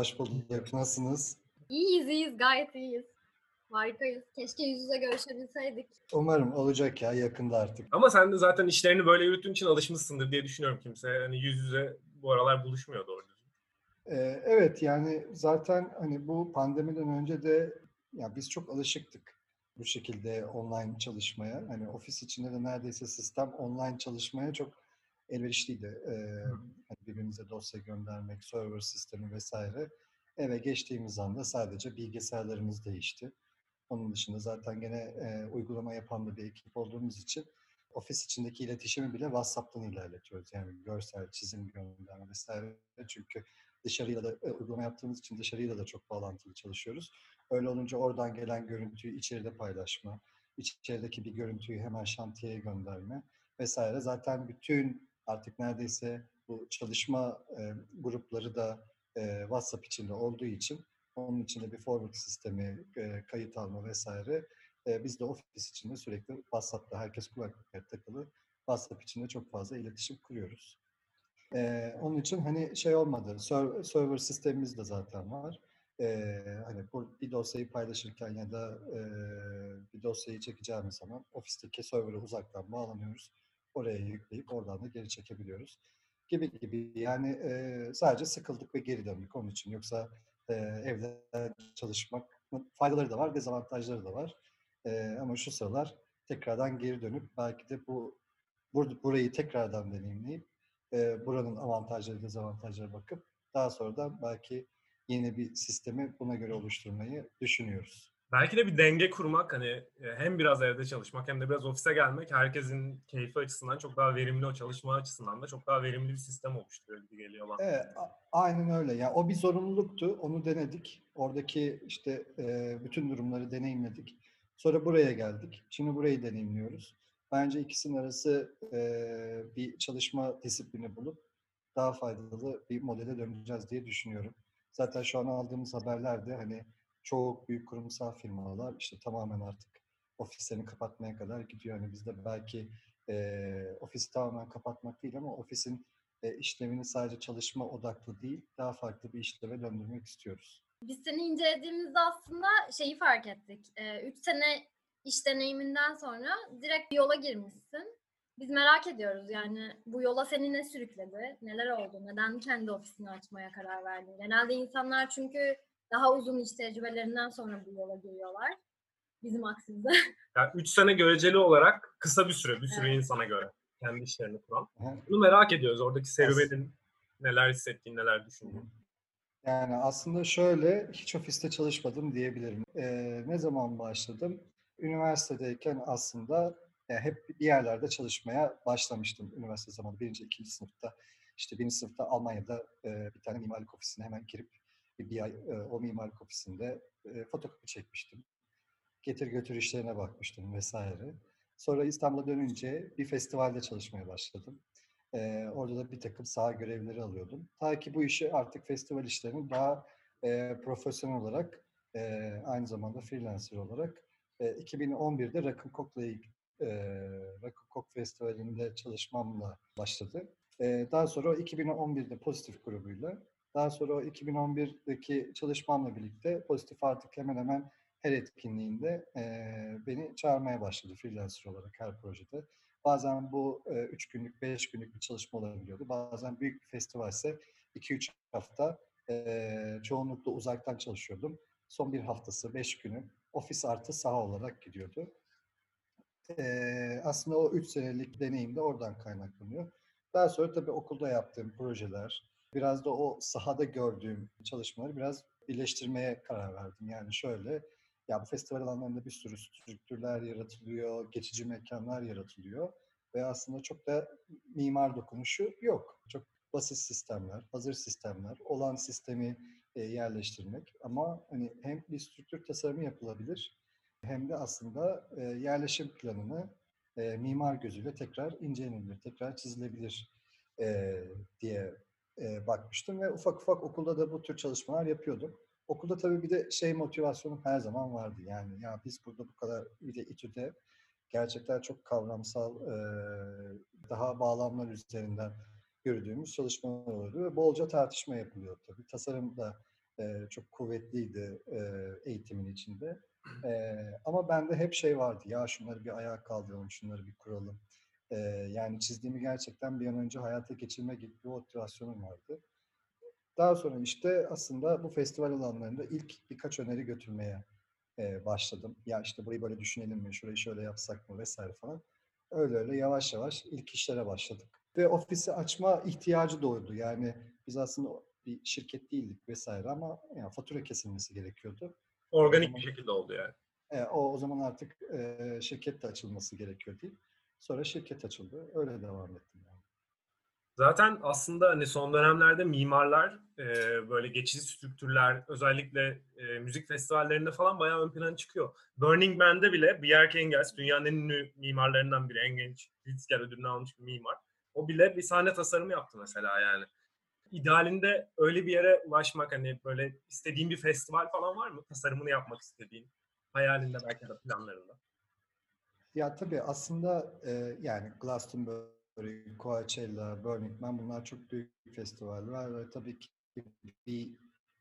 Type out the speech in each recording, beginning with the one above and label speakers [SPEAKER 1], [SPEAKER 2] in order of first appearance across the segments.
[SPEAKER 1] Hoş bulduk. Nasılsınız?
[SPEAKER 2] İyiyiz, gayet iyiyiz. Harikayız. Keşke yüz yüze görüşebilseydik.
[SPEAKER 1] Umarım olacak ya yakında artık.
[SPEAKER 3] Ama sen de zaten işlerini böyle yürüttüğün için alışmışsındır diye düşünüyorum. Kimse hani yüz yüze bu aralar buluşmuyor doğru düzgün.
[SPEAKER 1] Evet yani zaten hani bu pandemiden önce de ya biz çok alışıktık bu şekilde online çalışmaya. Hani ofis içinde de neredeyse sistem online çalışmaya çok elverişliydi. Hani birbirimize dosya göndermek, server sistemi vesaire. Eve geçtiğimiz anda sadece bilgisayarlarımız değişti. Onun dışında zaten gene uygulama yapan da bir ekip olduğumuz için ofis içindeki iletişimi bile WhatsApp'tan ilerletiyoruz. Yani görsel, çizim gönderme vesaire. Çünkü dışarıyla da uygulama yaptığımız için dışarıyla da çok bağlantılı çalışıyoruz. Öyle olunca oradan gelen görüntüyü içeride paylaşma, içerideki bir görüntüyü hemen şantiyeye gönderme vesaire. Zaten bütün artık neredeyse bu çalışma grupları da WhatsApp içinde olduğu için onun içinde bir forward sistemi, kayıt alma vesaire. Biz de ofis içinde sürekli WhatsApp'ta herkes kulaklıkla takılı. WhatsApp içinde çok fazla iletişim kuruyoruz. Onun için hani şey olmadı. Server sistemimiz de zaten var. Hani bir dosyayı paylaşırken ya da bir dosyayı çekeceğimiz zaman ofisteki server'a uzaktan bağlanıyoruz. Oraya yükleyip oradan da geri çekebiliyoruz. Gibi yani sadece sıkıldık ve geri döndük onun için. Yoksa evden çalışmak faydaları da var, dezavantajları da var. Ama şu sıralar tekrardan geri dönüp belki de burayı tekrardan deneyimleyip buranın avantajları, dezavantajları bakıp daha sonra da belki yeni bir sistemi buna göre oluşturmayı düşünüyoruz.
[SPEAKER 3] Belki de bir denge kurmak hani hem biraz evde çalışmak hem de biraz ofise gelmek herkesin keyfi açısından çok daha verimli, o çalışma açısından da çok daha verimli bir sistem oluşturuyor gibi geliyor bana.
[SPEAKER 1] Evet, aynen öyle. Yani o bir zorunluluktu. Onu denedik. Oradaki işte bütün durumları deneyimledik. Sonra buraya geldik. Şimdi burayı deneyimliyoruz. Bence ikisinin arası bir çalışma disiplini bulup daha faydalı bir modele döneceğiz diye düşünüyorum. Zaten şu an aldığımız haberlerde hani çoğu büyük kurumsal firmalar işte tamamen artık ofislerini kapatmaya kadar gidiyor. Hani bizde belki ofisi tamamen kapatmak değil ama ofisin işlevini sadece çalışma odaklı değil, daha farklı bir işleve döndürmek istiyoruz.
[SPEAKER 2] Biz seni incelediğimizde aslında şeyi fark ettik. 3 sene iş deneyiminden sonra direkt bir yola girmişsin. Biz merak ediyoruz yani bu yola seni ne sürükledi? Neler oldu? Neden kendi ofisini açmaya karar verdin? Genelde insanlar çünkü daha uzun iş tecrübelerinden sonra bu yola giriyorlar. Bizim aksimize.
[SPEAKER 3] Yani 3 sene göreceli olarak kısa bir süre, bir sürü
[SPEAKER 2] Evet.
[SPEAKER 3] insana göre kendi işlerini kuran.
[SPEAKER 1] Hı.
[SPEAKER 3] Bunu merak ediyoruz. Oradaki
[SPEAKER 1] As-
[SPEAKER 3] serüvenin neler hissettiğin, neler düşündüğün.
[SPEAKER 1] Yani aslında şöyle, hiç ofiste çalışmadım diyebilirim. Ne zaman başladım? Üniversitedeyken aslında hep bir yerlerde çalışmaya başlamıştım üniversite zamanı. Birinci, ikinci sınıfta. İşte birinci sınıfta Almanya'da bir tane mimarlık ofisine hemen girip bir ay o mimarlık ofisinde fotokopi çekmiştim. Getir götür işlerine bakmıştım vesaire. Sonra İstanbul'a dönünce bir festivalde çalışmaya başladım. Orada da bir takım saha görevleri alıyordum. Ta ki bu işi artık festival işlerini daha profesyonel olarak, aynı zamanda freelancer olarak 2011'de Rock'n'Coke Festivali'nde çalışmamla başladı. Daha sonra o 2011'de Pozitif grubuyla, daha sonra o 2011'deki çalışmamla birlikte Pozitif artık hemen hemen her etkinliğinde beni çağırmaya başladı freelancer olarak her projede. Bazen bu 3 günlük, 5 günlük bir çalışma olabiliyordu. Bazen büyük bir festivalse 2-3 hafta çoğunlukla uzaktan çalışıyordum. Son bir haftası, 5 günü ofis artı saha olarak gidiyordu. Aslında o 3 senelik deneyim de oradan kaynaklanıyor. Daha sonra tabii okulda yaptığım projeler, biraz da o sahada gördüğüm çalışmaları biraz birleştirmeye karar verdim. Yani şöyle, ya bu festival alanlarında bir sürü strüktürler yaratılıyor, geçici mekanlar yaratılıyor ve aslında çok da mimar dokunuşu yok. Çok basit sistemler, hazır sistemler, olan sistemi yerleştirmek ama hani hem bir strüktür tasarımı yapılabilir hem de aslında yerleşim planını mimar gözüyle tekrar incelenebilir, tekrar çizilebilir diye bakmıştım ve ufak ufak okulda da bu tür çalışmalar yapıyordum. Okulda tabii bir de şey motivasyonum her zaman vardı. Yani ya biz burada bu kadar bir de İTÜ'de gerçekten çok kavramsal, daha bağlamlar üzerinden gördüğümüz çalışmalar oluyordu ve bolca tartışma yapılıyor tabii. Tasarım da Çok kuvvetliydi eğitimin içinde. Ama bende hep şey vardı. Ya şunları bir ayağa kaldıralım, şunları bir kuralım. Yani çizdiğimi gerçekten bir an önce hayata geçirme gibi bir motivasyonum vardı. Daha sonra işte aslında bu festival alanlarında ilk birkaç öneri götürmeye başladım. Ya işte burayı böyle düşünelim mi, şurayı şöyle yapsak mı vesaire falan. Öyle öyle yavaş yavaş ilk işlere başladık. Ve ofisi açma ihtiyacı doğdu. Yani biz aslında bir şirket değildik vesaire ama yani fatura kesilmesi gerekiyordu. O
[SPEAKER 3] Organik bir
[SPEAKER 1] zaman
[SPEAKER 3] şekilde oldu yani.
[SPEAKER 1] o zaman artık şirket de açılması gerekiyor değil. Sonra şirket açıldı. Öyle devam ettim yani.
[SPEAKER 3] Zaten aslında hani son dönemlerde mimarlar böyle geçici strüktürler özellikle müzik festivallerinde falan bayağı ön plana çıkıyor. Burning Man'de bile Bjarke Ingels dünyanın en ünlü mimarlarından biri, en genç Pritzker ödülünü almış bir mimar. O bile bir sahne tasarımı yaptı mesela yani. İdealinde öyle bir yere ulaşmak hani böyle istediğin bir festival falan var mı? Tasarımını yapmak istediğin, hayalinde belki de planlarında.
[SPEAKER 1] Ya tabii aslında yani Glastonbury, Coachella, Burning Man bunlar çok büyük festivaller ve tabii ki bir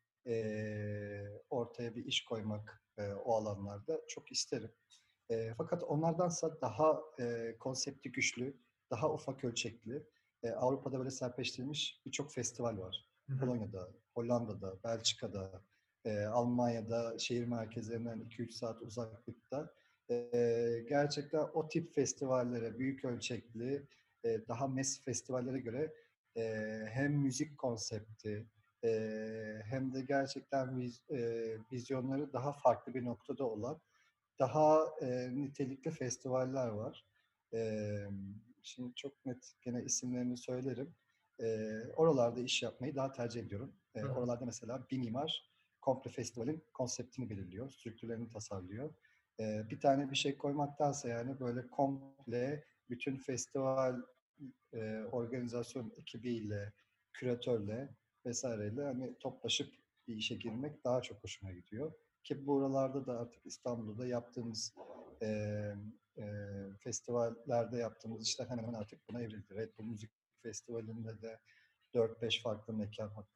[SPEAKER 1] ortaya bir iş koymak o alanlarda çok isterim. Fakat onlardansa daha konsepti güçlü, daha ufak ölçekli, Avrupa'da böyle serpleştirilmiş birçok festival var.
[SPEAKER 3] Hı hı.
[SPEAKER 1] Polonya'da, Hollanda'da, Belçika'da, Almanya'da şehir merkezlerinden 2-3 saat uzaklıkta. Gerçekten o tip festivallere, büyük ölçekli, daha mass festivallere göre hem müzik konsepti, hem de gerçekten vizyonları daha farklı bir noktada olan daha nitelikli festivaller var. E, Şimdi çok net gene isimlerini söylerim. Oralarda iş yapmayı daha tercih ediyorum.
[SPEAKER 3] Hı hı.
[SPEAKER 1] Oralarda mesela bir mimar komple festivalin konseptini belirliyor, strüktürlerini tasarlıyor. Bir tane bir şey koymaktansa yani böyle komple bütün festival organizasyon ekibiyle, küratörle vesaireyle hani toplaşıp bir işe girmek daha çok hoşuma gidiyor. Ki buralarda da artık İstanbul'da da yaptığımız e, e, festivallerde yaptığımız işler hemen hemen artık buna evrildi. Red Bull Müzik Festivali'nde de 4-5 farklı mekan, hatta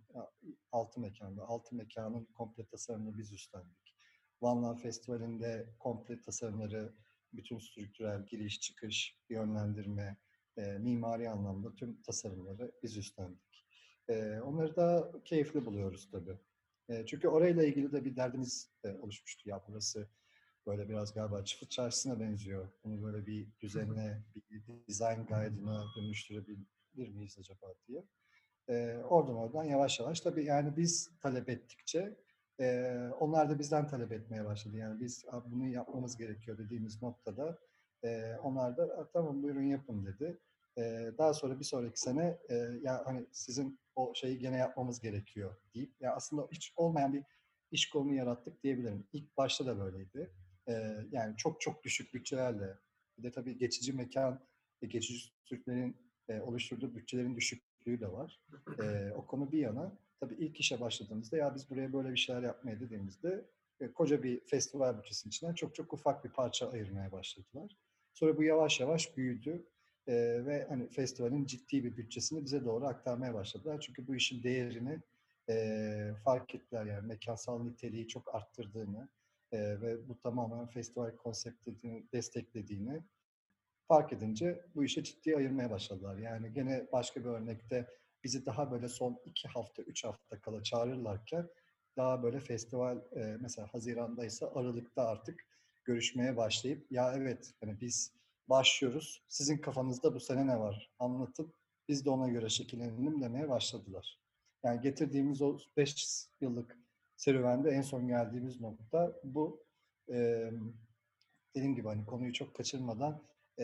[SPEAKER 1] 6 mekanda, 6 mekanın komple tasarımını biz üstlendik. One Love Festivali'nde komple tasarımları, bütün strüktürel giriş, çıkış, yönlendirme, mimari anlamda tüm tasarımları biz üstlendik. Onları da keyifli buluyoruz tabii. Çünkü orayla ilgili de bir derdimiz oluşmuştu. Ya burası böyle biraz galiba çıfıt çarşısına benziyor. Bunu böyle bir düzenine, bir design guide'ına dönüştürebilir miyiz acaba diye. Oradan yavaş yavaş tabii yani biz talep ettikçe onlar da bizden talep etmeye başladı. Yani biz bunu yapmamız gerekiyor dediğimiz noktada onlar da tamam buyurun yapın dedi. Daha sonra bir sonraki sene ya hani sizin o şeyi gene yapmamız gerekiyor deyip ya aslında hiç olmayan bir iş kolunu yarattık diyebilirim. İlk başta da böyleydi. Yani çok çok düşük bütçelerle bir de tabii geçici mekan ve geçici Türklerin oluşturduğu bütçelerin düşüklüğü de var. O konu bir yana. Tabii ilk işe başladığımızda ya biz buraya böyle bir şeyler yapmaya dediğimizde koca bir festival bütçesinin içinden çok çok ufak bir parça ayırmaya başladılar. Sonra bu yavaş yavaş büyüdü ve hani festivalin ciddi bir bütçesini bize doğru aktarmaya başladılar. Çünkü bu işin değerini fark ettiler yani mekansal niteliği çok arttırdığını ve bu tamamen festival konseptini desteklediğini fark edince bu işe ciddi ayırmaya başladılar. Yani gene başka bir örnekte bizi daha böyle son 2 hafta, 3 hafta kala çağırırlarken daha böyle festival mesela Haziran'daysa Aralık'ta artık görüşmeye başlayıp ya evet hani biz başlıyoruz. Sizin kafanızda bu sene ne var? Anlatın. Biz de ona göre şekillenelim demeye başladılar. Yani getirdiğimiz o 5 yıllık serüvende en son geldiğimiz nokta bu. Ee, Dediğim gibi hani konuyu çok kaçırmadan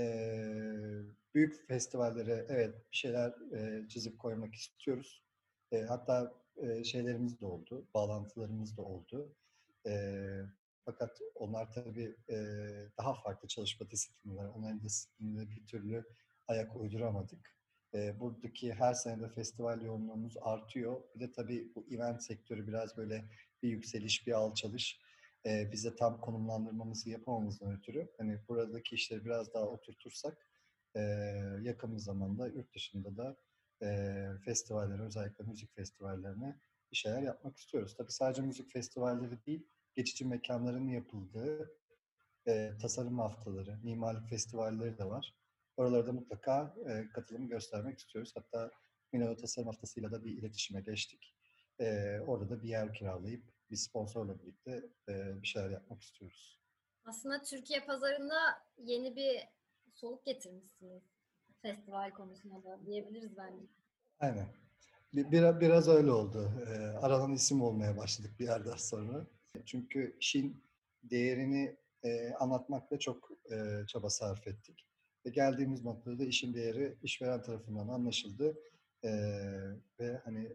[SPEAKER 1] büyük festivallere evet bir şeyler çizip koymak istiyoruz. Hatta şeylerimiz de oldu, bağlantılarımız da oldu. Fakat onlar tabii daha farklı çalışma disiplinleri. Onların disiplinine bir türlü ayak uyduramadık. Buradaki her sene de festival yoğunluğumuz artıyor. Bir de tabii bu event sektörü biraz böyle bir yükseliş, bir alçalış bize tam konumlandırmamızı yapamamızdan ötürü hani buradaki işleri biraz daha oturtursak e, yakın bir zamanda yurt dışında da festivallere özellikle müzik festivallerine bir şeyler yapmak istiyoruz. Tabii sadece müzik festivalleri değil, geçici mekanların yapıldığı tasarım haftaları, mimarlık festivalleri de var. Oralarda mutlaka katılım göstermek istiyoruz. Hatta Milano Tasarım Haftası'yla da bir iletişime geçtik. Orada da bir yer kiralayıp bir sponsorla birlikte bir şeyler yapmak istiyoruz.
[SPEAKER 2] Aslında Türkiye pazarında yeni bir soluk getirmişsiniz festival konusunda da diyebiliriz bence.
[SPEAKER 1] Aynen. Biraz öyle oldu. Aranan isim olmaya başladık bir yerden sonra. Çünkü işin değerini anlatmakta çok çaba sarf ettik. Ve geldiğimiz noktada da işin değeri işveren tarafından anlaşıldı. E, Ve hani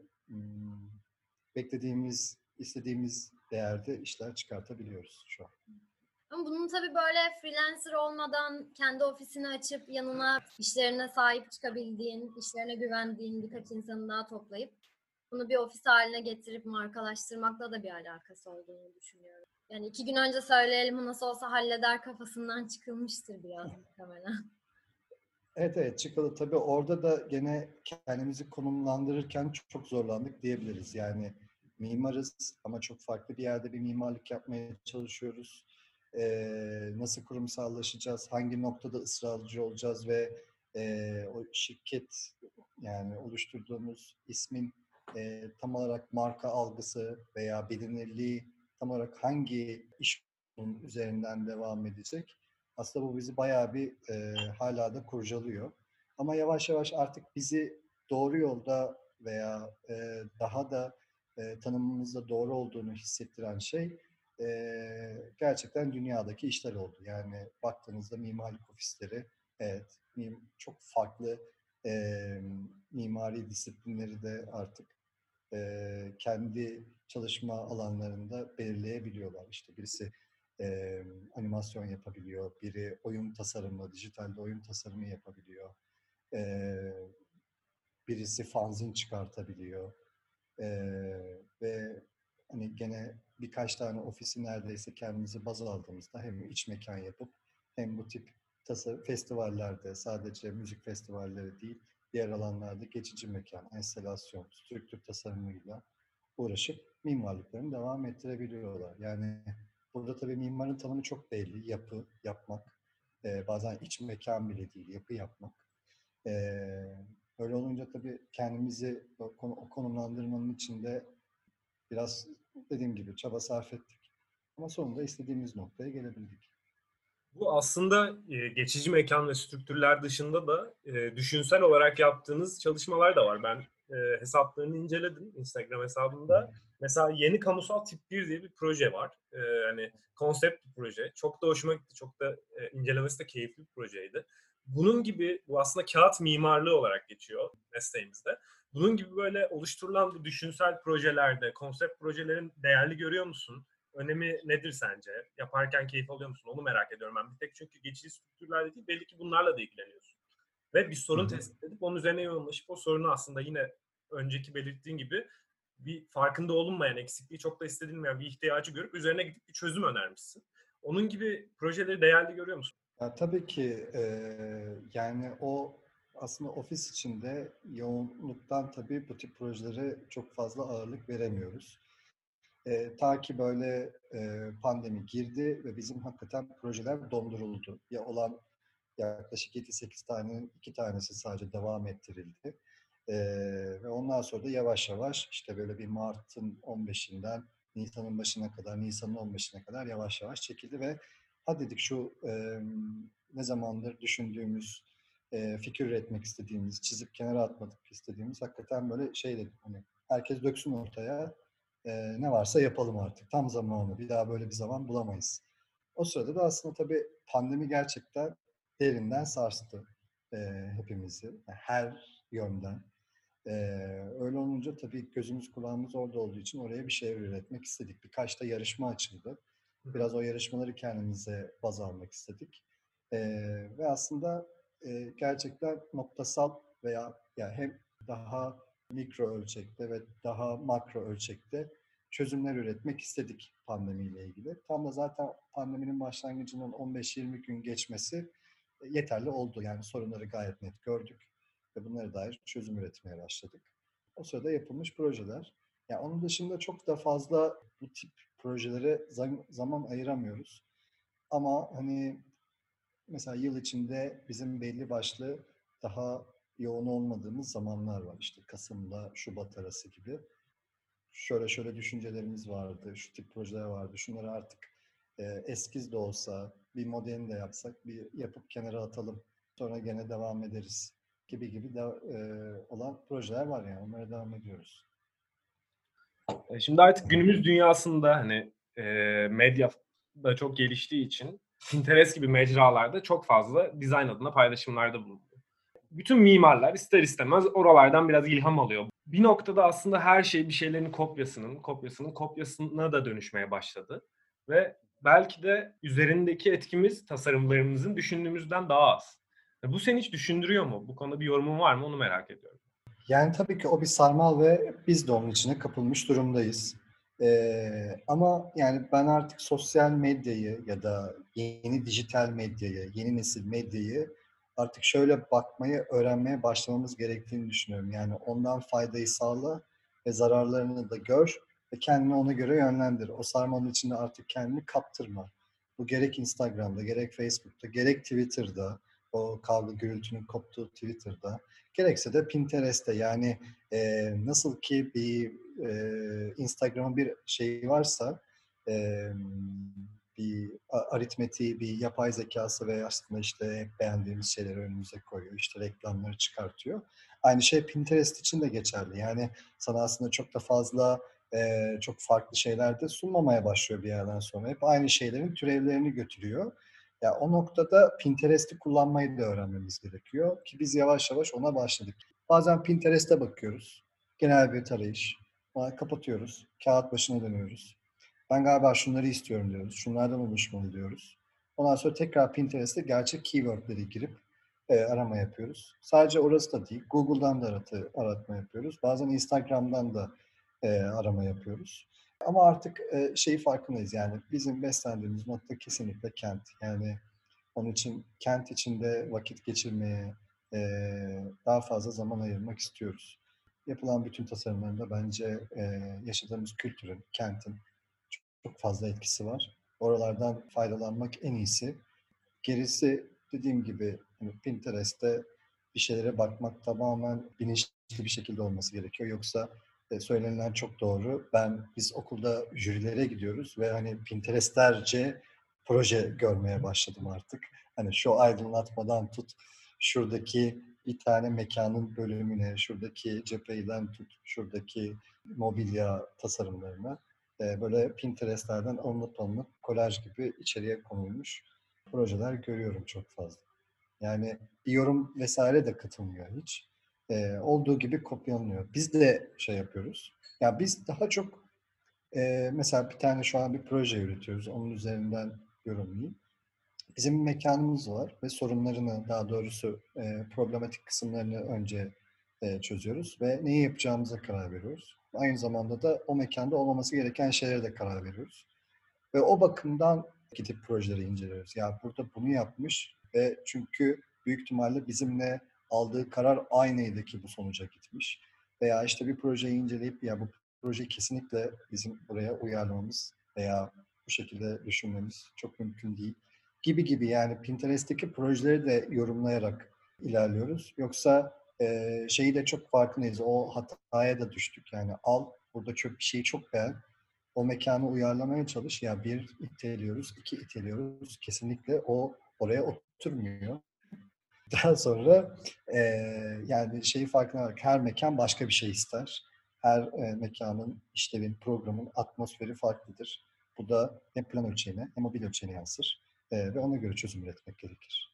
[SPEAKER 1] beklediğimiz, istediğimiz değerde işler çıkartabiliyoruz şu an.
[SPEAKER 2] Ama bunun tabii böyle freelancer olmadan kendi ofisini açıp yanına işlerine sahip çıkabildiğin, işlerine güvendiğin birkaç insanı daha toplayıp bunu bir ofis haline getirip markalaştırmakla da bir alakası olduğunu düşünüyorum. Yani 2 gün önce söyleyelim nasıl olsa halleder kafasından çıkılmıştır biraz muhtemelen.
[SPEAKER 1] Evet, çıkalı. Tabii orada da gene kendimizi konumlandırırken çok zorlandık diyebiliriz. Yani mimarız ama çok farklı bir yerde bir mimarlık yapmaya çalışıyoruz. Nasıl kurumsallaşacağız, hangi noktada ısrarcı olacağız ve o şirket, yani oluşturduğumuz ismin tam olarak marka algısı veya bilinirliği tam olarak hangi iş üzerinden devam edecek? Aslında bu bizi bayağı bir hala da kurcalıyor. Ama yavaş yavaş artık bizi doğru yolda veya daha da tanımımızda doğru olduğunu hissettiren şey gerçekten dünyadaki işler oldu. Yani baktığınızda mimarlık ofisleri, evet, çok farklı mimari disiplinleri de artık kendi çalışma alanlarında belirleyebiliyorlar. İşte birisi animasyon yapabiliyor, biri oyun tasarımı, dijitalde oyun tasarımı yapabiliyor, e, birisi fanzin çıkartabiliyor ve hani gene birkaç tane ofisi neredeyse kendimizi baz aldığımızda hem iç mekan yapıp hem bu tip festivallerde, sadece müzik festivalleri değil, diğer alanlarda geçici mekan, enstalasyon, strüktür tasarımıyla uğraşıp mimarlıklarını devam ettirebiliyorlar. Yani burada tabii mimarın tanımı çok belli. Yapı, yapmak. Bazen iç mekan bile değil, yapı yapmak. Öyle olunca tabii kendimizi o konumlandırmanın içinde biraz dediğim gibi çaba sarf ettik. Ama sonunda istediğimiz noktaya gelebildik.
[SPEAKER 3] Bu aslında geçici mekan ve strüktürler dışında da düşünsel olarak yaptığınız çalışmalar da var. Ben hesaplarını inceledim Instagram hesabında. Mesela Yeni Kamusal Tip 1 diye bir proje var. Hani konsept bir proje. Çok da hoşuma gitti. Çok da incelemesi de keyifli bir projeydi. Bunun gibi, bu aslında kağıt mimarlığı olarak geçiyor mesleğimizde. Bunun gibi böyle oluşturulan bu düşünsel projelerde, konsept projelerin değerli görüyor musun? Önemi nedir sence? Yaparken keyif alıyor musun? Onu merak ediyorum ben. Bir tek çünkü geçici strüktürlerle değil, belli ki bunlarla da ilgileniyorsun. Ve bir
[SPEAKER 1] Hı
[SPEAKER 3] sorun
[SPEAKER 1] hı.
[SPEAKER 3] tespit edip onun üzerine yoğunlaşıp o sorunu aslında yine önceki belirttiğin gibi bir farkında olunmayan, eksikliği çok da istedilmeyen bir ihtiyacı görüp üzerine gidip bir çözüm önermişsin. Onun gibi projeleri değerli görüyor musun?
[SPEAKER 1] Ya, tabii ki yani o aslında ofis içinde yoğunluktan tabii bu tip projelere çok fazla ağırlık veremiyoruz. Ta ki böyle pandemi girdi ve bizim hakikaten projeler donduruldu. Ya olan yaklaşık 7-8 tanenin 2 tanesi sadece devam ettirildi. Ve ondan sonra da yavaş yavaş işte böyle bir Mart'ın 15'inden Nisan'ın başına kadar, Nisan'ın 15'ine kadar yavaş yavaş çekildi ve hadi dedik şu ne zamandır düşündüğümüz, fikir üretmek istediğimiz, çizip kenara atmadık istediğimiz hakikaten böyle şey dedik hani herkes döksün ortaya, ne varsa yapalım artık. Tam zamanı. Bir daha böyle bir zaman bulamayız. O sırada da aslında tabii pandemi gerçekten derinden sarstı hepimizi. Her yönden. Öyle olunca tabii gözümüz kulağımız orada olduğu için oraya bir şeyler üretmek istedik. Birkaç da yarışma açıldı. Biraz o yarışmaları kendimize baz almak istedik. Ve aslında gerçekten noktasal veya yani hem daha mikro ölçekte ve daha makro ölçekte çözümler üretmek istedik pandemiyle ilgili. Tam da zaten pandeminin başlangıcının 15-20 gün geçmesi yeterli oldu. Yani sorunları gayet net gördük ve bunlara dair çözüm üretmeye başladık. O sırada yapılmış projeler. Ya onun dışında çok da fazla bu tip projelere zaman ayıramıyoruz. Ama hani mesela yıl içinde bizim belli başlı daha yoğun olmadığımız zamanlar var. İşte Kasım'la Şubat arası gibi. Şöyle şöyle düşüncelerimiz vardı, şu tip projeler vardı. Şunları artık eskiz de olsa bir modelini de yapsak, bir yapıp kenara atalım. Sonra gene devam ederiz gibi gibi de olan projeler var yani. Onlara devam ediyoruz.
[SPEAKER 3] Şimdi artık günümüz dünyasında hani medya da çok geliştiği için Pinterest gibi mecralarda çok fazla dizayn adına paylaşımlarda bulunuyor. Bütün mimarlar ister istemez oralardan biraz ilham alıyor. Bir noktada aslında her şey bir şeylerin kopyasının kopyasına da dönüşmeye başladı. Ve belki de üzerindeki etkimiz tasarımlarımızın düşündüğümüzden daha az. Bu seni hiç düşündürüyor mu? Bu konuda bir yorumun var mı? Onu merak ediyorum.
[SPEAKER 1] Yani tabii ki o bir sarmal ve biz de onun içine kapılmış durumdayız. Ama yani ben artık sosyal medyayı ya da yeni dijital medyayı, yeni nesil medyayı artık şöyle bakmayı, öğrenmeye başlamamız gerektiğini düşünüyorum. Yani ondan faydayı sağla ve zararlarını da gör ve kendini ona göre yönlendir. O sarmalın içinde artık kendini kaptırma. Bu gerek Instagram'da, gerek Facebook'ta, gerek Twitter'da, o kavga gürültünün koptuğu Twitter'da, gerekse de Pinterest'te. Yani nasıl ki bir Instagram'ın bir şeyi varsa bir aritmetiği, bir yapay zekası ve aslında işte hep beğendiğimiz şeyleri önümüze koyuyor. İşte reklamları çıkartıyor. Aynı şey Pinterest için de geçerli. Yani sana aslında çok da fazla çok farklı şeyler de sunmamaya başlıyor bir yerden sonra. Hep aynı şeylerin türevlerini götürüyor. Ya o noktada Pinterest'i kullanmayı da öğrenmemiz gerekiyor ki biz yavaş yavaş ona başladık. Bazen Pinterest'e bakıyoruz. Genel bir tarayış. Sonra kapatıyoruz. Kağıt başına dönüyoruz. Ben galiba şunları istiyorum diyoruz. Şunlardan oluşmalı diyoruz. Ondan sonra tekrar Pinterest'te gerçek keywordleri girip arama yapıyoruz. Sadece orası da değil. Google'dan da aratma yapıyoruz. Bazen Instagram'dan da arama yapıyoruz. Ama artık şeyi farkındayız yani bizim beslendiğimiz nokta kesinlikle kent. Yani onun için kent içinde vakit geçirmeye daha fazla zaman ayırmak istiyoruz. Yapılan bütün tasarımlarında bence yaşadığımız kültürün, kentin çok fazla etkisi var. Oralardan faydalanmak en iyisi. Gerisi dediğim gibi hani Pinterest'te bir şeylere bakmak tamamen bilinçli bir şekilde olması gerekiyor. Yoksa söylenilen çok doğru. Biz okulda jürilere gidiyoruz ve hani Pinterestlerce proje görmeye başladım artık. Hani şu aydınlatmadan tut, şuradaki bir tane mekanın bölümüne, şuradaki cepheyden tut, şuradaki mobilya tasarımlarına böyle Pinterest'lerden alınıp kolaj gibi içeriye konulmuş projeler görüyorum çok fazla. Yani bir yorum vesaire de katılmıyor hiç. Olduğu gibi kopyalanıyor. Biz de şey yapıyoruz. Ya biz daha çok mesela bir tane şu an bir proje üretiyoruz. Onun üzerinden yorumlayayım. Bizim bir mekanımız var ve sorunlarını daha doğrusu problematik kısımlarını önce çözüyoruz ve neyi yapacağımıza karar veriyoruz. Aynı zamanda da o mekanda olmaması gereken şeylere de karar veriyoruz. Ve o bakımdan gidip projeleri inceliyoruz. Ya burada bunu yapmış ve çünkü büyük ihtimalle bizimle aldığı karar aynıydı ki bu sonuca gitmiş. Veya işte bir projeyi inceleyip ya bu projeyi kesinlikle bizim buraya uyarlamamız veya bu şekilde düşünmemiz çok mümkün değil gibi gibi yani Pinterest'teki projeleri de yorumlayarak ilerliyoruz. Yoksa şeyi de çok farkındayız. O hataya da düştük. Yani burada çok bir şeyi çok beğen o mekanı uyarlamaya çalış. Ya bir iteliyoruz, iki iteliyoruz. Kesinlikle o oraya oturmuyor. Daha sonra yani şeyi farkına varmak her mekan başka bir şey ister. Her mekanın, işlevin, programın atmosferi farklıdır. Bu da hem plan ölçeğine hem mobil ölçeğine yansır. Ve ona göre çözüm üretmek gerekir.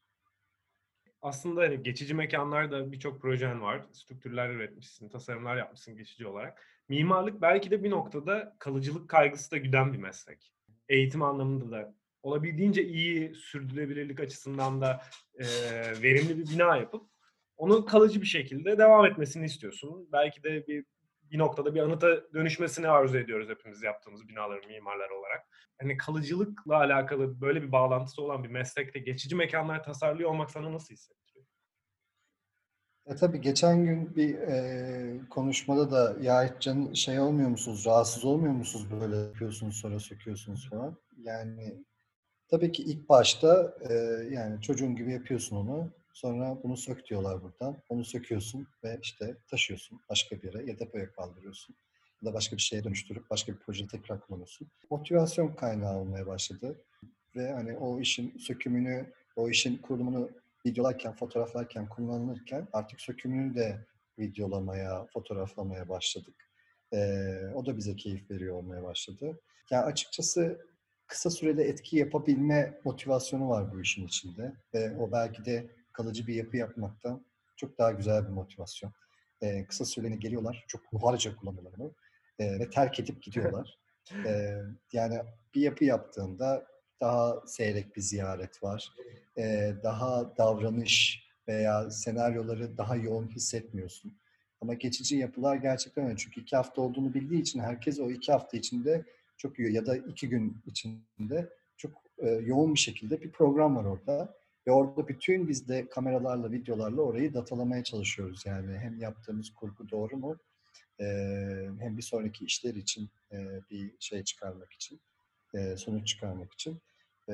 [SPEAKER 3] Aslında hani geçici mekanlarda birçok projen var. Strüktürler üretmişsin, tasarımlar yapmışsın geçici olarak. Mimarlık belki de bir noktada kalıcılık kaygısı da güden bir meslek. Eğitim anlamında da olabildiğince iyi sürdürülebilirlik açısından da verimli bir bina yapıp onun kalıcı bir şekilde devam etmesini istiyorsun. Belki de bir noktada bir anıta dönüşmesini arzu ediyoruz hepimiz yaptığımız binaların mimarlar olarak. Hani kalıcılıkla alakalı böyle bir bağlantısı olan bir meslekte geçici mekanlar tasarlıyor olmak sana nasıl hissettiriyor?
[SPEAKER 1] Tabii geçen gün bir konuşmada da ya hiç şey olmuyor musunuz, rahatsız olmuyor musunuz böyle yapıyorsunuz sonra söküyorsunuz falan. Yani tabii ki ilk başta yani çocuğun gibi yapıyorsun onu. Sonra bunu sök diyorlar buradan. Onu söküyorsun ve işte taşıyorsun başka bir yere ya depoya kaldırıyorsun. Ya da başka bir şeye dönüştürüp başka bir projede tekrar kullanıyorsun. Motivasyon kaynağı olmaya başladı. Ve hani o işin sökümünü, o işin kurulumunu videolarken, fotoğraflarken, kullanılırken artık sökümünü de videolamaya, fotoğraflamaya başladık. O da bize keyif veriyor olmaya başladı. Yani açıkçası kısa sürede etki yapabilme motivasyonu var bu işin içinde. Ve o belki de kalıcı bir yapı yapmaktan çok daha güzel bir motivasyon. Kısa süreliğine geliyorlar, çok buharca kullanıyorlar onu ve terk edip gidiyorlar. Yani bir yapı yaptığında daha seyrek bir ziyaret var. Daha davranış veya senaryoları daha yoğun hissetmiyorsun. Ama geçici yapılar gerçekten öyle. Çünkü 2 hafta olduğunu bildiği için herkes o 2 hafta içinde çok ya da 2 gün içinde çok yoğun bir şekilde bir program var orada. Ve orada bütün biz de kameralarla, videolarla orayı datalamaya çalışıyoruz. Yani hem yaptığımız kurgu doğru mu, e, hem bir sonraki işler için bir şey çıkarmak için, sonuç çıkarmak için. E,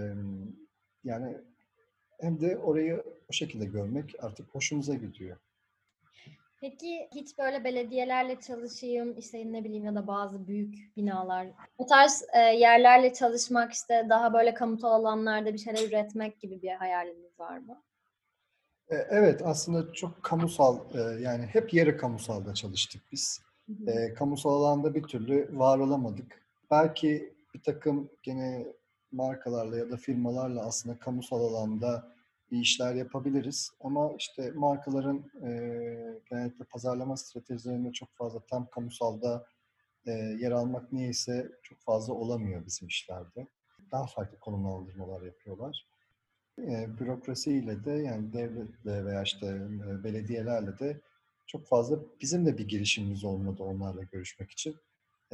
[SPEAKER 1] Yani hem de orayı o şekilde görmek artık hoşumuza gidiyor.
[SPEAKER 2] Peki hiç böyle belediyelerle çalışayım, işte ne bileyim ya da bazı büyük binalar, o tarz yerlerle çalışmak, işte daha böyle kamusal alanlarda bir şeyler üretmek gibi bir hayaliniz var mı?
[SPEAKER 1] Evet, aslında çok kamusal, yani hep yarı kamusalda çalıştık biz.
[SPEAKER 2] Hı hı.
[SPEAKER 1] Kamusal alanda bir türlü var olamadık. Belki bir takım gene markalarla ya da firmalarla aslında kamusal alanda bir işler yapabiliriz. Ama işte markaların genellikle pazarlama stratejilerinde çok fazla tam kamusalda yer almak niyeyse çok fazla olamıyor bizim işlerde. Daha farklı konumlandırmalar yapıyorlar. Bürokrasiyle de yani devletle veya işte belediyelerle de çok fazla bizim de bir girişimimiz olmadı onlarla görüşmek için. E,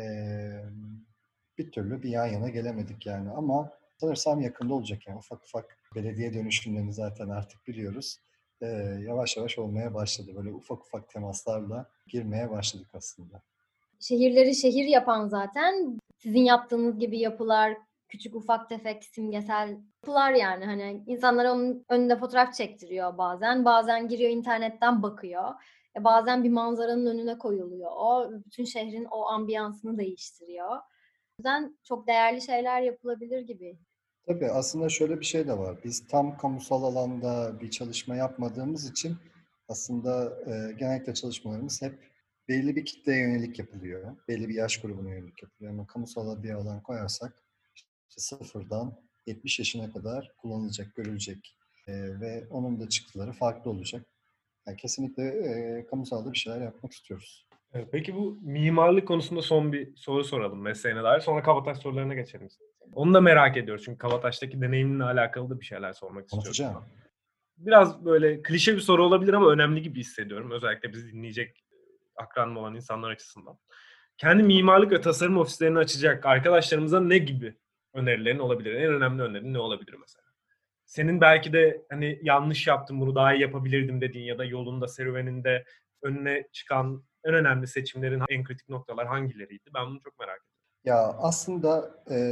[SPEAKER 1] Bir türlü bir yan yana gelemedik yani ama sanırsam yakında olacak yani ufak ufak belediye dönüşümlerini zaten artık biliyoruz. E, Yavaş yavaş olmaya başladı. Böyle ufak ufak temaslarla girmeye başladık aslında.
[SPEAKER 2] Şehirleri şehir yapan zaten sizin yaptığınız gibi yapılar, küçük ufak tefek simgesel yapılar yani. Hani insanlar onun önünde fotoğraf çektiriyor bazen. Bazen giriyor internetten bakıyor. Bazen bir manzaranın önüne koyuluyor. O bütün şehrin o ambiyansını değiştiriyor. O yüzden çok değerli şeyler yapılabilir gibi.
[SPEAKER 1] Tabii aslında şöyle bir şey de var. Biz tam kamusal alanda bir çalışma yapmadığımız için aslında genellikle çalışmalarımız hep belli bir kitleye yönelik yapılıyor. Belli bir yaş grubuna yönelik yapılıyor. Ama kamusala bir alan koyarsak işte 0'dan 70 yaşına kadar kullanılacak, görülecek ve onun da çıktıları farklı olacak. Yani kesinlikle kamusalda bir şeyler yapmak istiyoruz.
[SPEAKER 3] Peki bu mimarlık konusunda son bir soru soralım mesleğine dair. Sonra Kabataş sorularına geçelim. Onu da merak ediyoruz çünkü Kabataş'taki deneyiminle alakalı da bir şeyler sormak istiyorum.
[SPEAKER 1] Anlatacağım.
[SPEAKER 3] Biraz böyle klişe bir soru olabilir ama önemli gibi hissediyorum. Özellikle bizi dinleyecek akranım olan insanlar açısından. Kendi mimarlık ve tasarım ofislerini açacak arkadaşlarımıza ne gibi önerilerin olabilir? En önemli önerin ne olabilir mesela? Senin belki de hani yanlış yaptım bunu daha iyi yapabilirdim dediğin ya da yolunda serüveninde önüne çıkan en önemli seçimlerin en kritik noktalar hangileriydi? Ben bunu çok merak ediyorum.
[SPEAKER 1] Ya aslında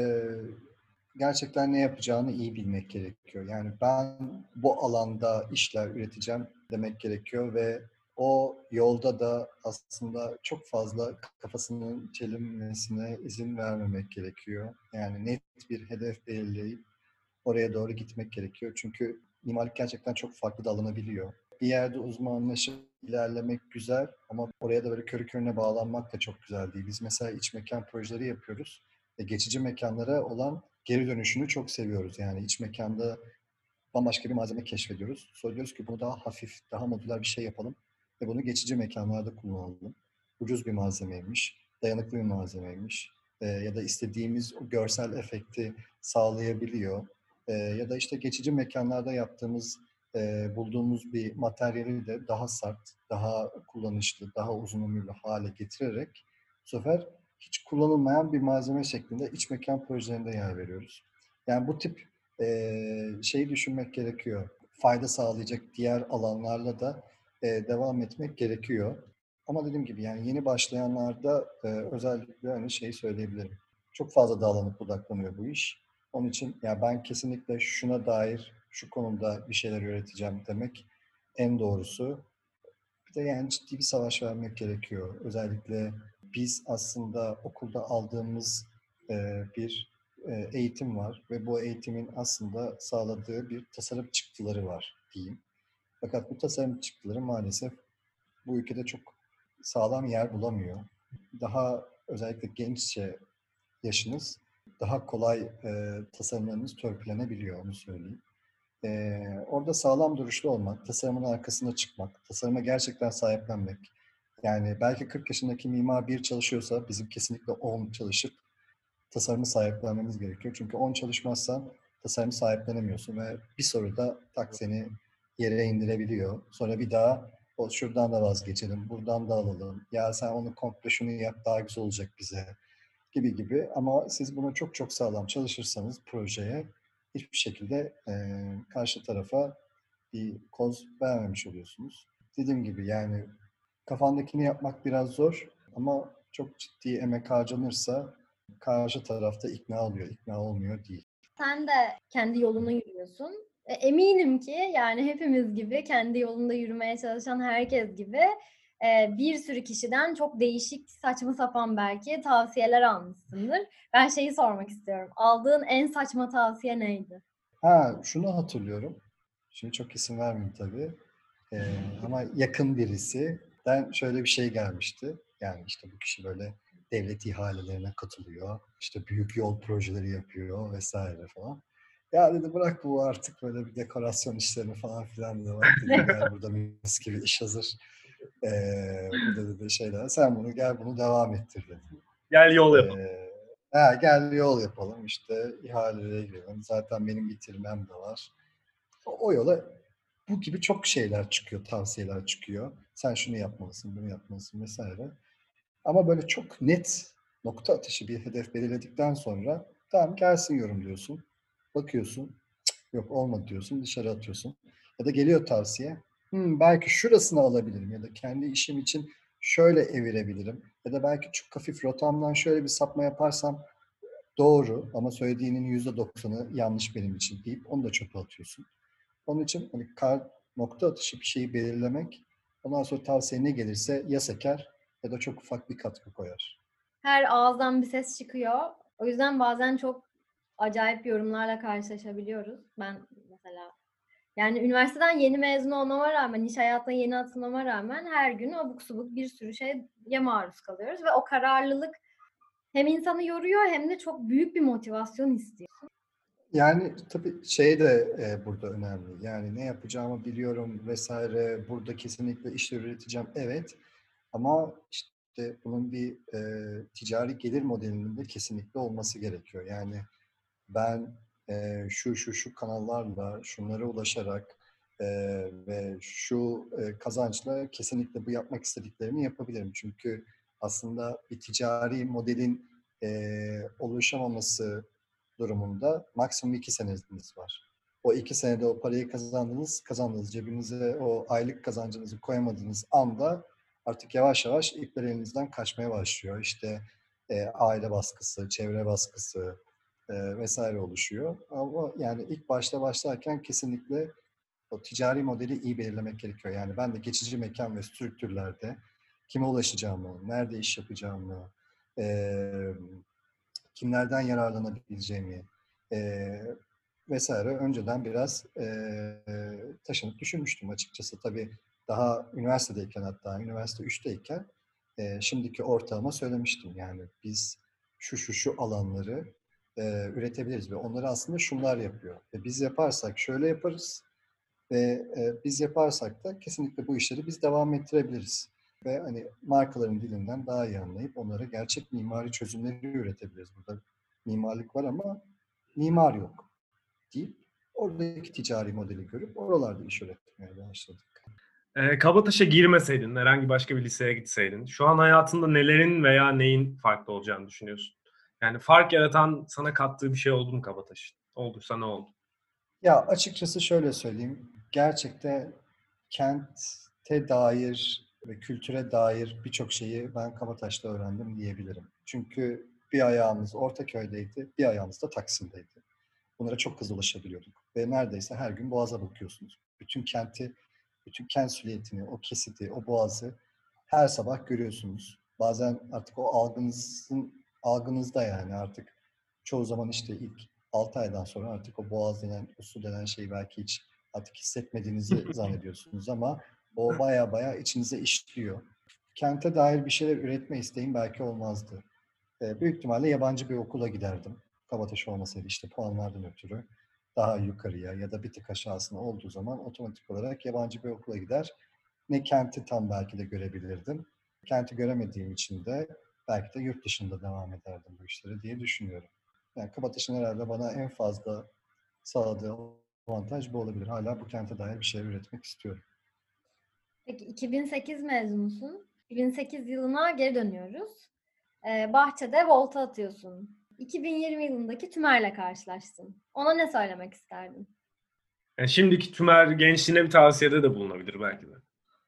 [SPEAKER 1] gerçekten ne yapacağını iyi bilmek gerekiyor. Yani ben bu alanda işler üreteceğim demek gerekiyor ve o yolda da aslında çok fazla kafasının çelinmesine izin vermemek gerekiyor. Yani net bir hedef belirleyip oraya doğru gitmek gerekiyor. Çünkü mimarlık gerçekten çok farklı dallanabiliyor. Bir yerde uzmanlaşıp ilerlemek güzel ama oraya da böyle körü körüne bağlanmak da çok güzel değil. Biz mesela iç mekan projeleri yapıyoruz ve geçici mekanlara olan geri dönüşünü çok seviyoruz. Yani iç mekanda bambaşka bir malzeme keşfediyoruz. Sonra diyoruz ki bunu daha hafif, daha modüler bir şey yapalım ve bunu geçici mekanlarda kullanalım. Ucuz bir malzemeymiş, dayanıklı bir malzemeymiş ya da istediğimiz o görsel efekti sağlayabiliyor. Ya da işte geçici mekanlarda yaptığımız, bulduğumuz bir materyali de daha sert, daha kullanışlı, daha uzun ömürlü hale getirerek bu sefer hiç kullanılmayan bir malzeme şeklinde iç mekan projelerinde yer veriyoruz. Yani bu tip şeyi düşünmek gerekiyor. Fayda sağlayacak diğer alanlarla da devam etmek gerekiyor. Ama dediğim gibi yani yeni başlayanlarda özellikle hani şeyi söyleyebilirim. Çok fazla dağlanıp budaklanıyor bu iş. Onun için ya ben kesinlikle şuna dair şu konuda bir şeyler üreteceğim demek en doğrusu. Bir de yani ciddi bir savaş vermek gerekiyor. Özellikle biz aslında okulda aldığımız bir eğitim var ve bu eğitimin aslında sağladığı bir tasarım çıktıları var diyeyim. Fakat bu tasarım çıktıları maalesef bu ülkede çok sağlam yer bulamıyor. Daha özellikle genççe yaşınız daha kolay tasarımlarınız törpülenebiliyor, onu söyleyeyim. Orada sağlam duruşlu olmak, tasarımın arkasına çıkmak, tasarıma gerçekten sahiplenmek. Yani belki 40 yaşındaki mimar bir çalışıyorsa bizim kesinlikle 10 çalışıp tasarımı sahiplenmemiz gerekiyor. Çünkü 10 çalışmazsan tasarımı sahiplenemiyorsun ve bir soruda tak seni yere indirebiliyor. Sonra bir daha o şuradan da vazgeçelim, buradan da alalım. Ya sen onu komple şunu yap daha güzel olacak bize gibi gibi. Ama siz bunu çok çok sağlam çalışırsanız projeye hiçbir şekilde karşı tarafa bir koz vermemiş oluyorsunuz. Dediğim gibi yani kafandakini yapmak biraz zor ama çok ciddi emek harcanırsa karşı tarafta ikna oluyor, ikna olmuyor değil.
[SPEAKER 2] Sen de kendi yolunu yürüyorsun. Eminim ki yani hepimiz gibi kendi yolunda yürümeye çalışan herkes gibi bir sürü kişiden çok değişik, saçma sapan belki tavsiyeler almışsındır. Ben şeyi sormak istiyorum. Aldığın en saçma tavsiye neydi?
[SPEAKER 1] Şunu hatırlıyorum. Şimdi çok isim vermeyeyim tabii. Ama yakın birisinden şöyle bir şey gelmişti. Yani işte bu kişi böyle devlet ihalelerine katılıyor. İşte büyük yol projeleri yapıyor vesaire falan. Ya dedi bırak bu artık böyle bir dekorasyon işlerini falan filan dedi. Bak dedi gel burada mis gibi iş hazır. Burada dedi şeyler. Sen bunu gel bunu devam ettir dedi.
[SPEAKER 3] Gel yol yapalım.
[SPEAKER 1] Gel yol yapalım işte ihalelere girelim. Zaten benim bitirmem de var. O yola bu gibi çok şeyler çıkıyor, tavsiyeler çıkıyor. Sen şunu yapmalısın, bunu yapmalısın vesaire. Ama böyle çok net nokta atışı bir hedef belirledikten sonra tamam gelsin yorum diyorsun. Bakıyorsun, yok olmadı diyorsun, dışarı atıyorsun. Ya da geliyor tavsiye, belki şurasını alabilirim ya da kendi işim için şöyle evirebilirim. Ya da belki çok hafif rotamdan şöyle bir sapma yaparsam doğru ama söylediğinin %90'ı yanlış benim için deyip onu da çöpe atıyorsun. Onun için hani nokta atışı bir şeyi belirlemek, ondan sonra tavsiye ne gelirse ya seker ya da çok ufak bir katkı koyar.
[SPEAKER 2] Her ağızdan bir ses çıkıyor. O yüzden bazen çok acayip yorumlarla karşılaşabiliyoruz. Ben mesela yani üniversiteden yeni mezun olmama rağmen, iş hayatına yeni atılmama rağmen her gün abuk subuk bir sürü şeye maruz kalıyoruz ve o kararlılık hem insanı yoruyor hem de çok büyük bir motivasyon istiyor.
[SPEAKER 1] Yani tabii şey de burada önemli. Yani ne yapacağımı biliyorum vesaire. Burada kesinlikle işler üreteceğim. Evet. Ama işte bunun bir ticari gelir modelinin de kesinlikle olması gerekiyor. Yani ben şu kanallarla şunlara ulaşarak ve şu kazançla kesinlikle bu yapmak istediklerimi yapabilirim. Çünkü aslında bir ticari modelin oluşamaması durumunda maksimum 2 seneniz var. O 2 senede o parayı kazandınız cebinize o aylık kazancınızı koyamadığınız anda artık yavaş yavaş ipler elinizden kaçmaya başlıyor. İşte aile baskısı, çevre baskısı, vesaire oluşuyor. Ama yani ilk başlarken kesinlikle o ticari modeli iyi belirlemek gerekiyor. Yani ben de geçici mekan ve strüktürlerde kime ulaşacağımı, nerede iş yapacağımı, kimlerden yararlanabileceğimi vesaire önceden biraz taşınıp düşünmüştüm açıkçası. Tabii daha üniversitedeyken hatta üniversite 3'teyken şimdiki ortağıma söylemiştim. Yani biz şu alanları üretebiliriz ve onları aslında şunlar yapıyor. Ve biz yaparsak şöyle yaparız ve biz yaparsak da kesinlikle bu işleri biz devam ettirebiliriz. Ve hani markaların dilinden daha iyi anlayıp onlara gerçek mimari çözümleri üretebiliriz. Burada mimarlık var ama mimar yok deyip oradaki ticari modeli görüp oralarda iş üretmeye başladık.
[SPEAKER 3] Kabataş'a girmeseydin, herhangi başka bir liseye gitseydin, şu an hayatında nelerin veya neyin farklı olacağını düşünüyorsun? Yani fark yaratan, sana kattığı bir şey oldu mu Kabataş'ın? Olduysa ne oldu?
[SPEAKER 1] Ya açıkçası şöyle söyleyeyim. Gerçekten kent dair ve kültüre dair birçok şeyi ben Kabataş'ta öğrendim diyebilirim. Çünkü bir ayağımız Ortaköy'deydi, bir ayağımız da Taksim'deydi. Bunlara çok hızlı ulaşabiliyorduk. Ve neredeyse her gün Boğaz'a bakıyorsunuz. Bütün kenti, bütün kent silüetini, o kesiti, o Boğaz'ı her sabah görüyorsunuz. Bazen artık o algınızda yani artık çoğu zaman işte ilk 6 aydan sonra artık o Boğaz denen, o su denen şeyi belki hiç artık hissetmediğinizi zannediyorsunuz ama o baya baya içinize işliyor. Kente dair bir şeyler üretme isteğim belki olmazdı. Büyük ihtimalle yabancı bir okula giderdim. Kabataş olmasaydı işte puanlardan ötürü daha yukarıya ya da bir tık aşağısına olduğu zaman otomatik olarak yabancı bir okula gider. Ne kenti tam belki de görebilirdim. Kenti göremediğim için de belki de yurt dışında devam ederdim bu işlere diye düşünüyorum. Yani Kabataş'ın herhalde bana en fazla sağladığı avantaj bu olabilir. Hala bu kente dair bir şeyler üretmek istiyorum.
[SPEAKER 2] Peki 2008 mezunusun. 2008 yılına geri dönüyoruz. Bahçede volta atıyorsun. 2020 yılındaki Tümer'le karşılaştın. Ona ne söylemek isterdin?
[SPEAKER 3] Yani şimdiki Tümer gençliğine bir tavsiyede de bulunabilir belki de.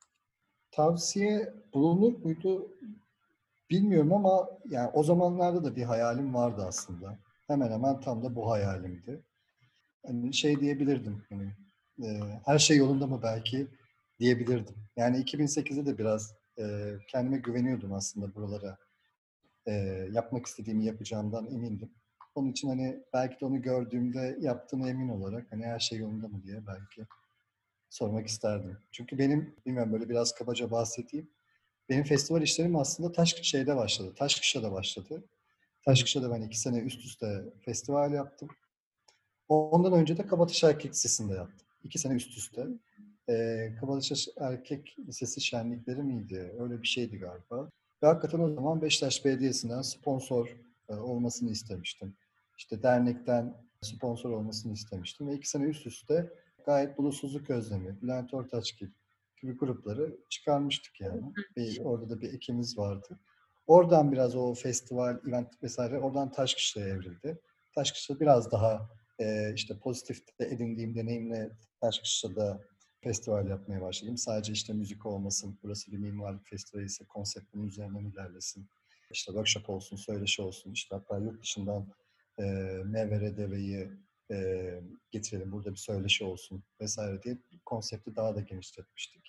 [SPEAKER 1] Tavsiye bulunur muydu bilmiyorum ama yani o zamanlarda da bir hayalim vardı aslında. Hemen hemen tam da bu hayalimdi. Hani şey diyebilirdim, hani her şey yolunda mı belki diyebilirdim. Yani 2008'de de biraz kendime güveniyordum aslında buralara. Yapmak istediğimi yapacağımdan emindim. Onun için hani belki de onu gördüğümde yaptığıma emin olarak hani her şey yolunda mı diye belki sormak isterdim. Çünkü benim, bilmiyorum böyle biraz kabaca bahsedeyim. Benim festival işlerim aslında şeyde başladı. Taşkışla'da başladı. Taşkışla'da ben 2 sene üst üste festival yaptım. Ondan önce de Kabataş Erkek Lisesi'nde yaptım. 2 sene üst üste. Kabataş Erkek Lisesi şenlikleri miydi? Öyle bir şeydi galiba. Ve hakikaten o zaman Beşiktaş Belediyesi'nden sponsor olmasını istemiştim. İşte dernekten sponsor olmasını istemiştim. Ve 2 sene üst üste gayet Bulutsuzluk Özlemi, Bülent Ortaçgil gibi grupları çıkarmıştık yani. Orada da bir ekimiz vardı. Oradan biraz o festival, event vesaire oradan Taşkışla'ya evrildi. Taşkışla biraz daha işte pozitif de edindiğim deneyimle Taşkışla'da festival yapmaya başladım. Sadece işte müzik olmasın, burası bir mimarlık festivali ise konsept bunun üzerinden ilerlesin. İşte workshop olsun, söyleşi olsun, işte hatta yurt dışından Mevere Deve'yi getirelim, burada bir söyleşi olsun vesaire diye konsepti daha da genişletmiştik.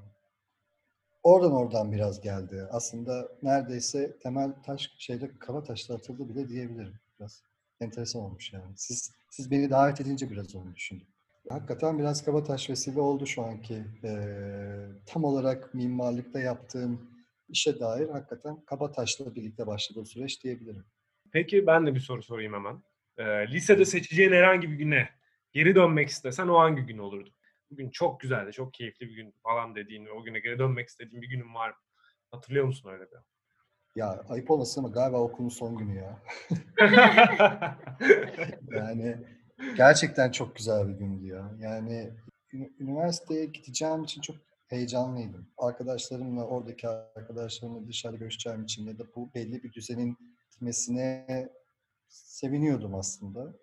[SPEAKER 1] Oradan biraz geldi. Aslında neredeyse temel taş Kabataş'ta atıldı bile diyebilirim biraz. Enteresan olmuş yani. Siz beni davet edince biraz onu düşündüm. Hakikaten biraz Kabataş vesile oldu şu anki tam olarak mimarlıkta yaptığım işe dair hakikaten Kabataş'la birlikte başladı o süreç diyebilirim.
[SPEAKER 3] Peki ben de bir soru sorayım hemen. Lisede seçeceğin herhangi bir güne geri dönmek istesen o hangi gün olurdu? Bugün çok güzeldi, çok keyifli bir gün falan dediğin ve o güne geri dönmek istediğin bir günün var mı? Hatırlıyor musun öyle bir?
[SPEAKER 1] Ya ayıp olmasın ama galiba okulun son günü ya. Yani gerçekten çok güzel bir gündü ya. Yani üniversiteye gideceğim için çok heyecanlıydım. Arkadaşlarımla, oradaki arkadaşlarımla dışarı görüşeceğim için ya da bu belli bir düzenin gitmesine seviniyordum aslında.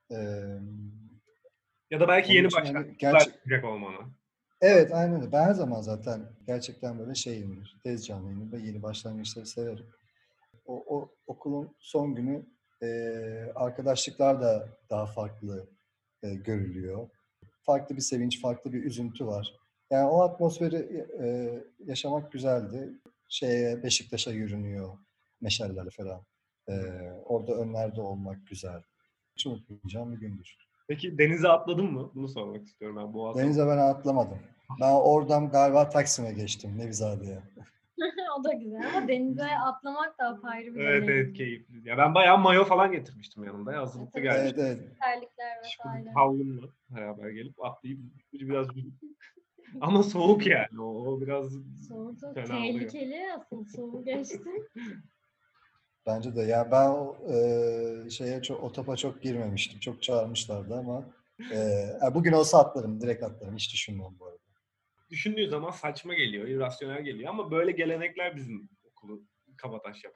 [SPEAKER 3] Ya da belki
[SPEAKER 1] Onun
[SPEAKER 3] yeni
[SPEAKER 1] için hani
[SPEAKER 3] başlayacak olmanı.
[SPEAKER 1] evet, aynen öyle. Ben her zaman zaten gerçekten böyle şeyimdir, tez canlıyım ve yeni başlangıçları severim. O okulun son günü arkadaşlıklar da daha farklı görülüyor. Farklı bir sevinç, farklı bir üzüntü var. Yani o atmosferi yaşamak güzeldi. Beşiktaş'a yürünüyor meşallerle falan. Orada önlerde olmak güzel. Hiç unutmayacağım bir gündür.
[SPEAKER 3] Peki denize atladın mı? Bunu sormak istiyorum ben. Boğaz'a.
[SPEAKER 1] Denize ben atlamadım. Ben oradan galiba Taksim'e geçtim Nevizade'ye.
[SPEAKER 2] O da güzel ama denize atlamak da apayrı bir
[SPEAKER 3] Evet,
[SPEAKER 2] deneyim.
[SPEAKER 3] keyifli. Ya ben bayağı mayo falan getirmiştim yanımda. Hazırlıklı
[SPEAKER 1] Evet,
[SPEAKER 3] gelmiştim.
[SPEAKER 1] evet.
[SPEAKER 2] Terlikler
[SPEAKER 3] Şık
[SPEAKER 2] vesaire.
[SPEAKER 3] havlumla beraber gelip atlayıp biraz ama soğuk yani. O biraz
[SPEAKER 2] Soğuk
[SPEAKER 3] fena oluyor.
[SPEAKER 2] tehlikeli, asıl soğuk geçti.
[SPEAKER 1] Bence de. Yani ben o topa çok girmemiştim. Çok çağırmışlardı ama bugün olsa atlarım. Direkt atlarım. Hiç düşünmem bu arada.
[SPEAKER 3] Düşündüğü zaman saçma geliyor, irrasyonel geliyor ama böyle gelenekler bizim okulu kabataş yapan gelenekler.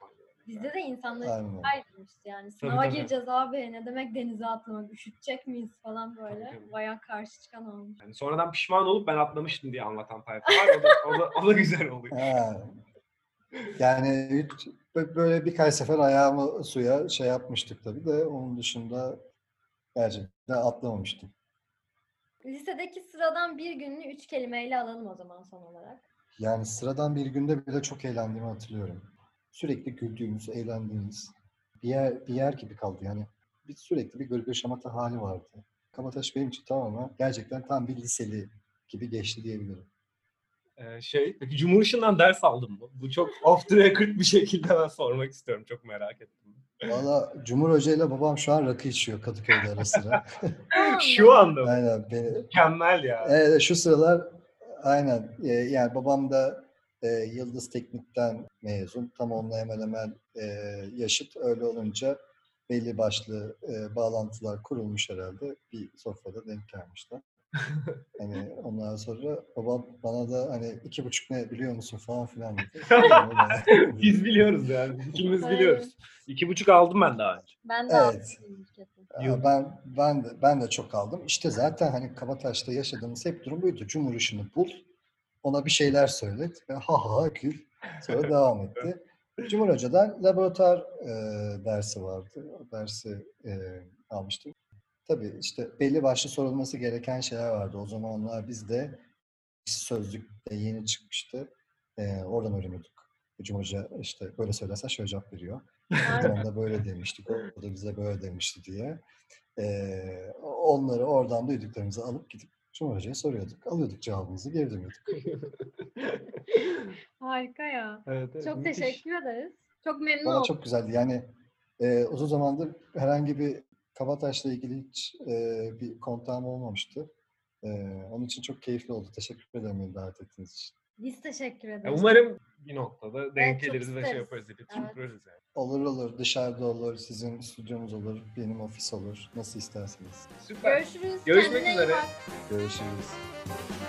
[SPEAKER 2] Bizde de insanlar
[SPEAKER 1] Aynen.
[SPEAKER 2] ayrılmıştı yani. Sınava
[SPEAKER 3] tabii.
[SPEAKER 2] gireceğiz abi. Ne demek denize atlamak? Üşütecek miyiz falan böyle.
[SPEAKER 3] Tabii.
[SPEAKER 2] Bayağı karşı çıkan olmuş.
[SPEAKER 3] Yani sonradan pişman olup ben atlamıştım diye anlatan tayfa var. O da güzel oluyor.
[SPEAKER 1] Ha. Yani böyle birkaç sefer ayağımı suya şey yapmıştık tabii de onun dışında gerçekten atlamamıştım.
[SPEAKER 2] Lisedeki sıradan bir gününü 3 kelimeyle alalım o zaman son olarak.
[SPEAKER 1] Yani sıradan bir günde bile çok eğlendiğimi hatırlıyorum. Sürekli güldüğümüz, eğlendiğimiz bir yer gibi kaldı. Yani sürekli bir gırgır şamata hali vardı. Kabataş benim için tamamen gerçekten tam bir liseli gibi geçti diyebilirim.
[SPEAKER 3] Peki Cumhur Işığı'ndan ders aldın mı? Bu çok off the record bir şekilde ben sormak istiyorum. Çok merak ettim.
[SPEAKER 1] Valla Cumhur Hoca ile babam şu an rakı içiyor Kadıköy'de ara sıra.
[SPEAKER 3] Şu anda mı?
[SPEAKER 1] Aynen.
[SPEAKER 3] Mükemmel ya.
[SPEAKER 1] Evet, şu sıralar aynen. Yani babam da Yıldız Teknik'ten mezun. Tam onunla hemen hemen yaşıt. Öyle olunca belli başlı bağlantılar kurulmuş herhalde. Bir sofrada denk gelmişler. Hani ondan sonra babam bana da hani 2,5 ne biliyor musun falan filan dedi.
[SPEAKER 3] Biz biliyoruz yani. Biz ikimiz
[SPEAKER 2] Aynen.
[SPEAKER 3] biliyoruz. 2,5 aldım ben daha önce.
[SPEAKER 2] Ben de
[SPEAKER 1] Evet.
[SPEAKER 2] aldım kesin.
[SPEAKER 1] Ben de çok aldım. İşte zaten hani Kabataş'ta yaşadığımız hep durum buydu. Cumhur Işığı'nı bul, ona bir şeyler söylet ve ha ha gül. Sonra devam etti. Cumhur Hoca'dan laboratuvar dersi vardı. O dersi almıştım. Tabii işte belli başlı sorulması gereken şeyler vardı. O zamanlar bizde sözlük de yeni çıkmıştı. Oradan öğreniyorduk. Cumhur Hoca işte böyle söylersen şöyle cevap veriyor. O zaman da böyle demiştik. O da bize böyle demişti diye. Onları oradan duyduklarımızı alıp gidip Cumhur Hoca'ya soruyorduk. Alıyorduk cevabımızı, geri dönüyorduk.
[SPEAKER 2] Harika ya.
[SPEAKER 3] Evet,
[SPEAKER 2] Çok
[SPEAKER 3] müthiş.
[SPEAKER 2] teşekkür ederiz. Çok memnun
[SPEAKER 1] Valla
[SPEAKER 2] oldum.
[SPEAKER 1] çok güzeldi. Yani uzun zamandır herhangi bir Kabataş'la ilgili hiç bir kontağım olmamıştı. Onun için çok keyifli oldu. Teşekkür ederim beni davet ettiğiniz için.
[SPEAKER 2] Biz teşekkür
[SPEAKER 3] Ya
[SPEAKER 2] ederiz.
[SPEAKER 3] umarım bir noktada denk
[SPEAKER 2] Evet, çok
[SPEAKER 3] geliriz ve şey
[SPEAKER 2] isteriz.
[SPEAKER 3] yaparız. İletişim
[SPEAKER 2] Evet.
[SPEAKER 3] kurarız yani.
[SPEAKER 1] Olur. Dışarıda olur. Sizin stüdyonuz olur. Benim ofis olur. Nasıl isterseniz.
[SPEAKER 3] Süper.
[SPEAKER 2] Görüşürüz.
[SPEAKER 3] Görüşmek
[SPEAKER 2] Kendine iyi
[SPEAKER 3] üzere.
[SPEAKER 2] bak.
[SPEAKER 1] Görüşürüz.